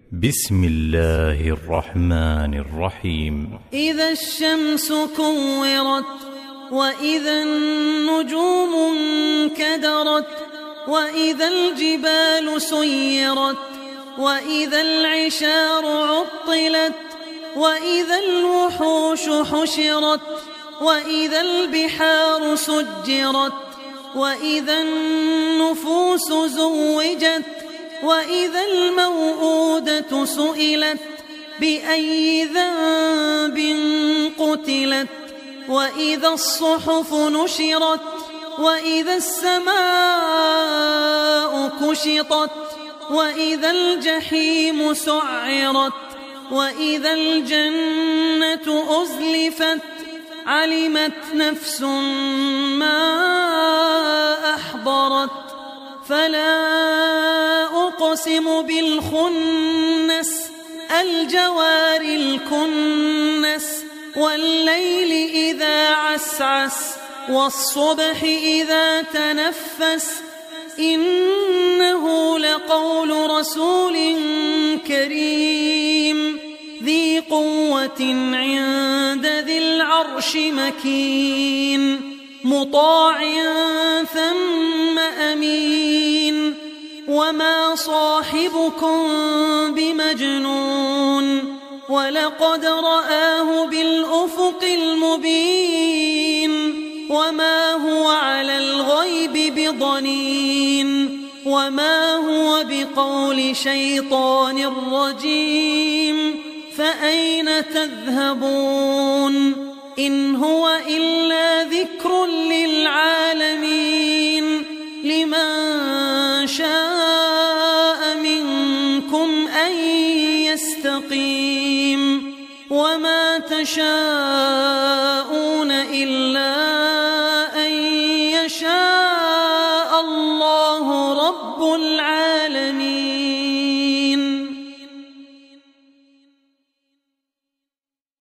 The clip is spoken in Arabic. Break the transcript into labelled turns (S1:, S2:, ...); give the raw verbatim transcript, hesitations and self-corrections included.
S1: بسم الله الرحمن الرحيم.
S2: إذا الشمس كورت وإذا النجوم انكدرت وإذا الجبال سيرت وإذا العشار عطلت وإذا الوحوش حشرت وإذا البحار سجرت وإذا النفوس زوجت وإذا الموءودة سئلت بأي ذنب قتلت وإذا الصحف نشرت وإذا السماء كشطت وإذا الجحيم سعرت وإذا الجنة أزلفت علمت نفس ما أحضرت فلا أقسم بالخنس الجوار الكنس والليل إذا عسعس والصبح إذا تنفس إنه لقول رسول كريم ذي قوة عند ذي العرش مكين مطاع ثم أمين وما صاحبكم بمجنون ولقد رآه بالأفق المبين وما هو على الغيب بضنين وما هو بقول شيطان رجيم فأين تذهبون إن هو إلا ذكر للعالمين لمن شاء منكم أن يستقيم وما تشاءون إلا أن يشاء الله رب العالمين.